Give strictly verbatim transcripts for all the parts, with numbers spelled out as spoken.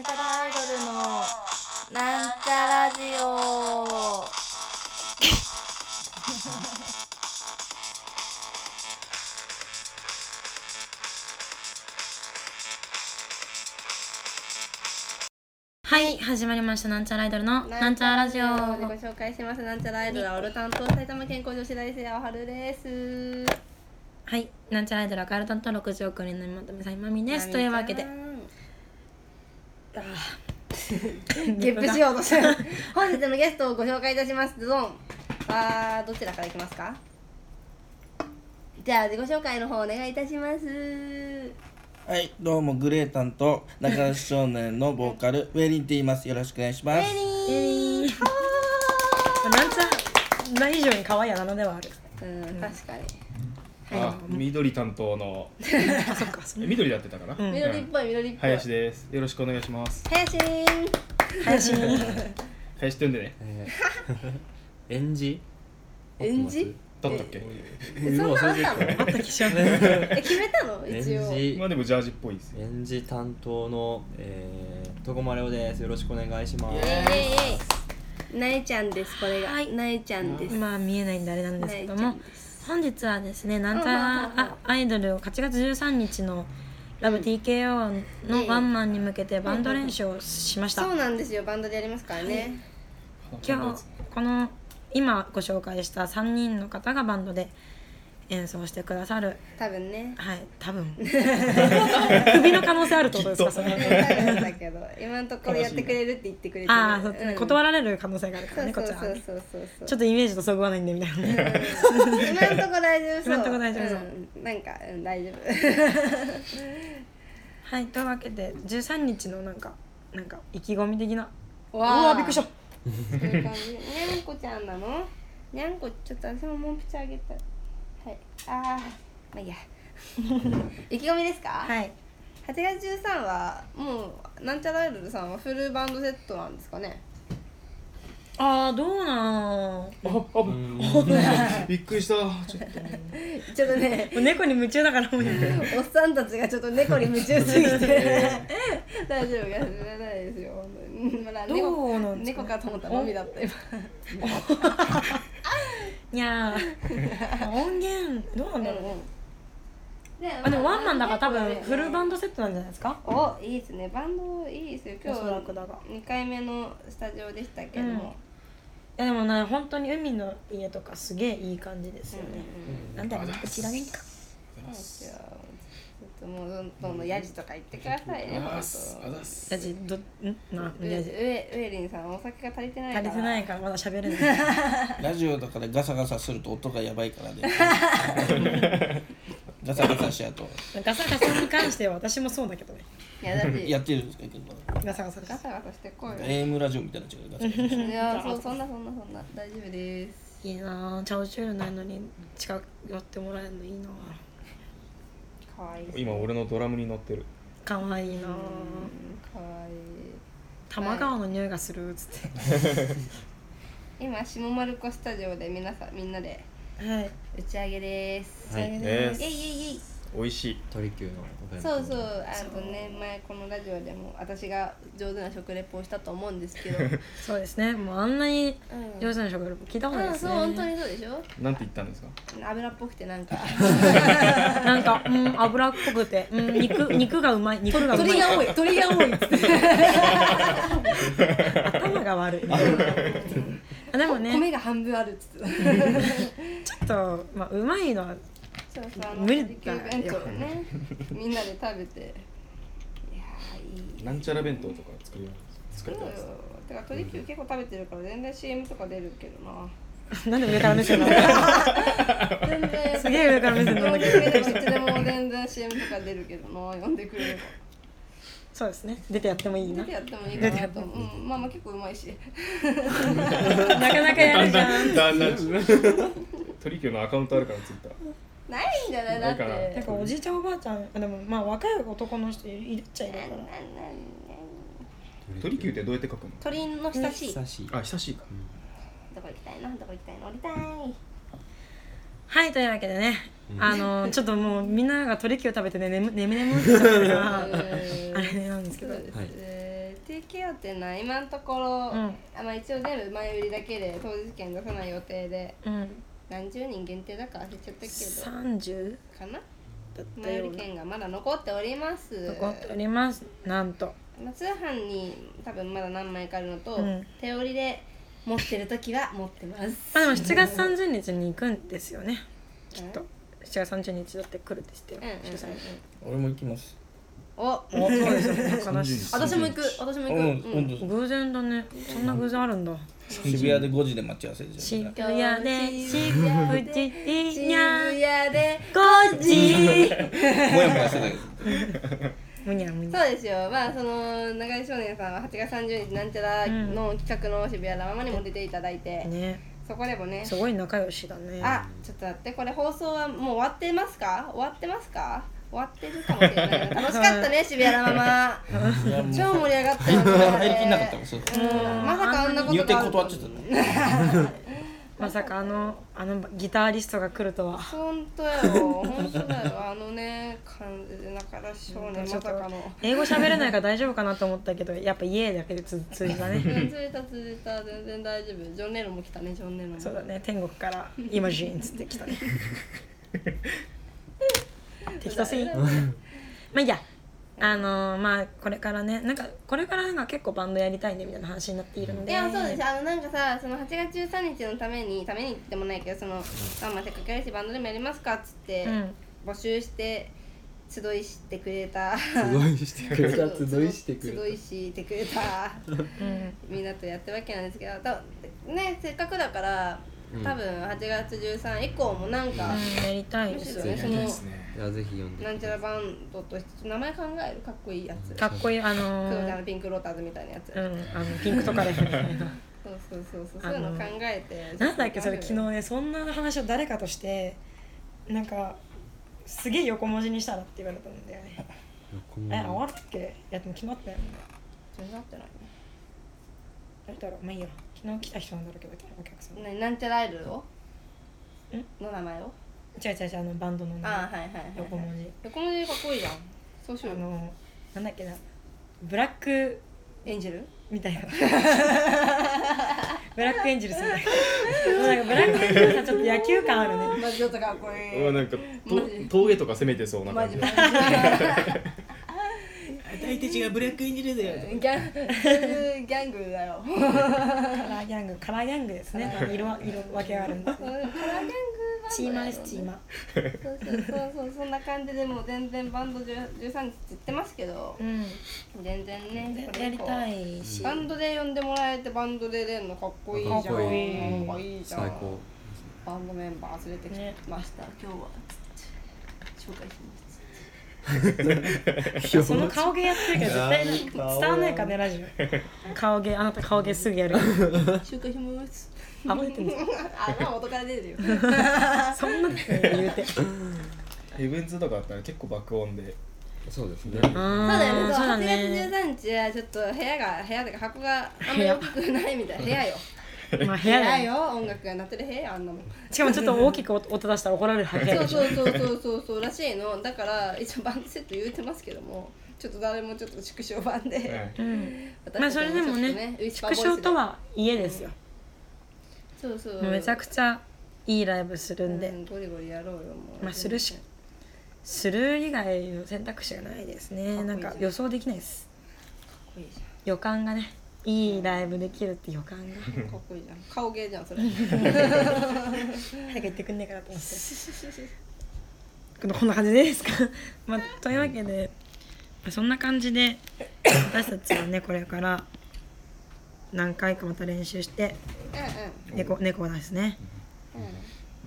なんちゃらアイドルのなんちゃラジオはい、始まりましたなんちゃらアイドルのなんちゃらラジオでご紹介します。なんちゃらアイドルはオル担当埼玉県工女子大生あはるです。 はい、なんちゃらアイドルはカエル担当ろくじゅうおく人のまとめさんまみです。というわけでゲップしようとしてる本日のゲストをご紹介いたします。どうぞ。あーどちらからいきますか。じゃあ自己紹介の方お願いいたします。 はい、どうもグレータンと中田少年のボーカルウェリンって言います。よろしくお願いします。 ウェリーなんちゃら以上に可愛い穴ではある。 うん、確かに。 あ、緑担当のあ、そっか、 緑やってたかな、 うん、 緑っぽい緑っぽい林です。よろしくお願いします。 林ーん林林ってんでね。 えー、演じ演じだったっけ？ そんなあったの？ あった気象え、決めたの？一応演じまあでもジャージっぽいですよ。 演じ担当の、えー、とこまれおです。よろしくお願いします。 イエーイイエーイ。なえちゃんです。これが、はい、なえちゃんです。 まあ見えないんであれなんですけども、 なえちゃんです。 本日はですね、なんちゃらアイドルをはちがつじゅうさんにちのラブ ティーケーオー のワンマンに向けてバンド練習をしました。 そうなんですよ、バンドでやりますからね。 今日この今ご紹介したさんにんの方がバンドで演奏してくださる。 多分ね。 はい、多分クビの可能性あるってことですか、それ。 多分だけど今のところやってくれるって言ってくれてる。 ああ、そうですね、 うん、 断られる可能性があるからね、こっちはね。 そうそうそうそう。 ちょっとイメージとそぐわないんでみたいなね。 うん、今のところ大丈夫そう。 今のところ大丈夫そう、 うん、なんか、うん、大丈夫。 はい、というわけでじゅうさんにちのなんかなんか意気込み的な。うわーわー、びっくりした。 そういう感じ。にゃんこちゃんなの？にゃんこちょっと私もモンピチあげたい。はい。ああ、まあいいや。意気込みですか？ はい。 はちがつじゅうさんはもうなんちゃらアイドルさんはフルバンドセットなんですかね？ ああ、どうなん。 あ、あ、びっくりした。ちょっとちょっとね、 もう猫に夢中だからもう。 おっさんたちがちょっと猫に夢中すぎて大丈夫か知らないですよ。まだど猫うなんですか猫かと思ったらのみだった今。 いやー、音源どうなんだろう。 うんうんあ、でもワンマンだから多分フルバンドセットなんじゃないですか。 お、いいですね。バンドいいですよ。今おそらくだが日にかいめのスタジオでしたけども、 うん、いやでもね、本当に海の家とかすげえいい感じですよね。 うんなんだろう、こちら元気か。 そうですよ。ちょっともうどんどんどんヤジとか言ってくださいね。 あざっすあざっすやじどんなウェやじウェウェリンさんお酒が足りてないから。 足りてないからまだ喋れない。 ラジオだからガサガサすると音がやばいからね。ガサガサしちゃうとガサガサに関しては私もそうだけどね。 いやだってやってるんですけど、 ガサガサガサガサしてこいよ。 エーエム ラジオみたいな違うガサガサ。 いやそうそんなそんなそんな大丈夫です。 いいなぁ、チャオチュールないのに近寄ってもらえるのいいなぁ。 可愛いですね。 今俺のドラムに乗ってる。 かわいいなぁ。 うん可愛い。 玉川の匂いがするっつって。 今下丸子スタジオで皆さんみんなではい。 打ち上げです。 はいイねエイイエイイエイ。 美味しい。 鳥久のお弁当。 そうそう、あのね、前このラジオでも私が上手な食レポをしたと思うんですけど、 そうですね。もうあんなにうん、 上手な食レポ聞いたことないうん、 ですね。 そう本当にそうでしょ。 なんて言ったんですか？ 油っぽくてなんかなんか、うん、油っぽくて、うん、肉肉がうまい、肉がうまい。 鳥が多い鳥が多いっつって頭が悪い。あでもね、 米が半分あるっつってちょっとまあうまいのはそうそうあの無理鳥久だよ弁当ねみんなで食べて、いやーいいなんちゃら弁当とか作ります作りたいです。 てか鳥久結構食べてるから全然 シーエム とか出るけどな。 なんで上から目線なの？ 全然すげえ上から目線なんだけど。 呼んでくれればいつでも全然 シーエム とか出るけどな、呼んでくれればそうですね。出てやってもいいな。 出てやってもいいかなと。うん、まあまあ結構うまいし。 なかなかやるじゃん。 だんだん鳥久のアカウントあるからツイッター。 ないんじゃないだっないかなて。 なんかおじいちゃんおばあちゃん、あでもまあ若い男の人いるっちゃいるから。 鳥久ってどうやって書くの？ 鳥の親しい。 久しい。 あ、久しいか。 どこ行きたいの？どこ行きたいの？降りたい。 はい、というわけでね、あのちょっともうみんなが鳥久食べてね、眠眠眠ってなってるからあれなんですけど、 そうです。えー地域予定な今のところ、 うんあまあ、一応全部前売りだけで当日券出さない予定でうん何十人限定だか忘れちゃったけさんじゅうどかなだった前売ようなり券がまだ残っております残っておりますなんとまあ、通販に多分まだ何枚かあるのと、 うん手織りで持ってる時は持ってますまあでもしちがつさんじゅうにちに行くんですよねきっとしちがつさんじゅうにちだって来るって知ってようんうんうん主催俺も行きますおおそうですよね悲しい私も行く私も行く、 うんうん今度偶然だねそんな偶然あるんだ渋谷でごじで待ち合わせでしょ渋谷で渋谷渋にゃ谷でごじもやもやしてたけどむにゃむにゃそうですよまあその長井少年さんははちがつさんじゅうにちなんちゃらの企画の渋谷ラママにも出ていただいて、 ねそこでもねすごい仲良しだねあちょっと待ってこれ放送はもう終わってますか終わってますか終わってるかもしれない楽しかったね渋谷ラママいやもう超盛り上がったよ入りきんなかったもんそううんまさかあんなこと言ってがある断っちゃったまさかあのあのギタリストが来るとは本当やよ本当だよあのね感じで中田少年まさかの英語喋れないから大丈夫かなと思ったけどやっぱ家だけでつ通じたねうん通じた通じた全然大丈夫ジョン・レノンも来たねジョン・レノンもそうだね天国からイマジンっつってきたね適当すぎまあいいやあのー、まあこれからねなんかこれからなんか結構バンドやりたいねみたいな話になっているのでいやそうですあのなんかさそのはちがつじゅうさんにちのためにためにでもないけどその、まあ、まあせっかくやるしバンドでもやりますかっつって、 うん募集して集いしてくれた集いしてくれた集いしてくれた集いしてくれたうんみんなとやったわけなんですけどたねせっかくだから多分はちがつじゅうさん以降もなんか、 うんやりたいですよねむしろねそのいいですねいやぜひ読んでなんちゃらバンドとして名前考えるかっこいいやつかっこいいあのそうーあのピンクローターズみたいなやつ、 うんあのピンクとかでみたいなそうそうそうそうそういうの考えてなんだっけそれ昨日ねそんな話を誰かとしてなんかすげえ横文字にしたらって言われたんだよねえ、あわったっけいやでも決まったよね全然合ってない誰だろうまあいいよ昨日来た人なんだろうけどお客さんねなんちゃらアイドルをんの名前を違う違う違うあのバンドの名前ああはいはいはい、はい、 横文字横文字かっこいいじゃんそうしようあのなんだっけなブラックエンジェルみたいなブラックエンジェルスみたいなもうなんかブラックエンジェルスはちょっと野球感あるねマジちょっとかっこいいうわなんかとマジ峠とか攻めてそうな感じマジマジ大手違うブラックエンジェルだよギャンそういうギャングだよカラーギャングカラーギャングですね色は色分けがあるんですカラーギャングチーマーですチーマーそうそうそうそうそんな感じでもう全然バンドじゅうさんにちって言ってますけどうん全然ねやりたいしバンドで呼んでもらえてバンドで出るのかっこいいじゃんかっこいいかっこいいじゃん最高バンドメンバー連れてきました、今日は紹介しますその顔芸やってるけど絶対伝わんないからねラジオ顔芸あなた顔芸すぐやる紹介しますあ覚えてんのあまあ元から出てるよそんな言うてイベントとかあったら結構爆音でそうですねそうそうだよね、そうそうだはちがつじゅうねさんにちはちょっと部屋が部屋とか箱があんまり大きくないみたいな部屋よまあ部部屋屋だよよ音楽が鳴ってる部屋あんなもんしかもちょっと大きく音出したら怒られる部屋でしょそうそうそうそうそうそうらしいのだから一応バンドセット言うてますけどもちょっと誰もちょっと縮小版で、 うん私まあそれでもたちちょっとねウィスパー縮ボイスで小とは家ですよそうそうもうめちゃくちゃいいライブするんでうんゴリゴリやろうよもうまあするしする以外の選択肢がないですねなんか予想できないですかっこいいじ予感がねいいライブできるって予感がゃんかっこいいじゃん顔芸じゃんそれ早く言ってくんねえかなと思ってこんな感じでいいですかまあというわけでそんな感じで私たちはねこれから何回かまた練習してうんうん猫猫ですねうんなんだ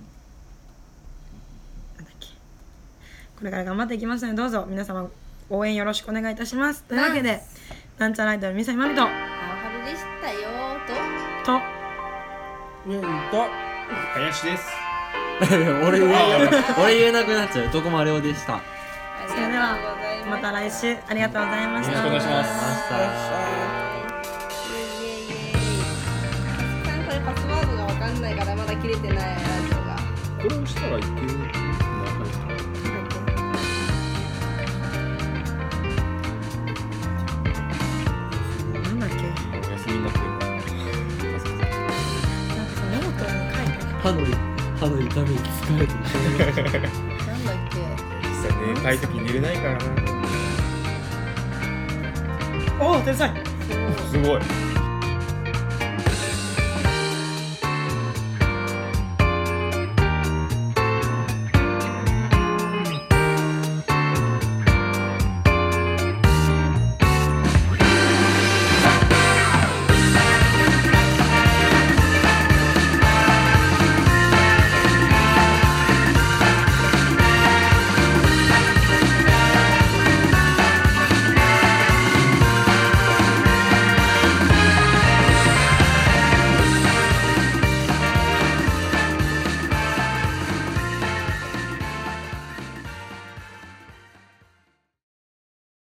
っけこれから頑張っていきますのでどうぞ皆様応援よろしくお願いいたしますというわけでなんちゃらアイドルみさみまみと青春でしたよーととウェイと林です俺言え俺言えなくなっちゃうどこもあれをでしたあそれでりがとうございはますまた来週ありがとうございましたよろしくお願いしますイエイイエイイエイさんこれパスワードがわかんないからまだ切れてないラジオがこれをしたらいける歯の歯の痛みに疲れてるなんだっけ実際寝たい時寝れないからな。 おお天才すごい。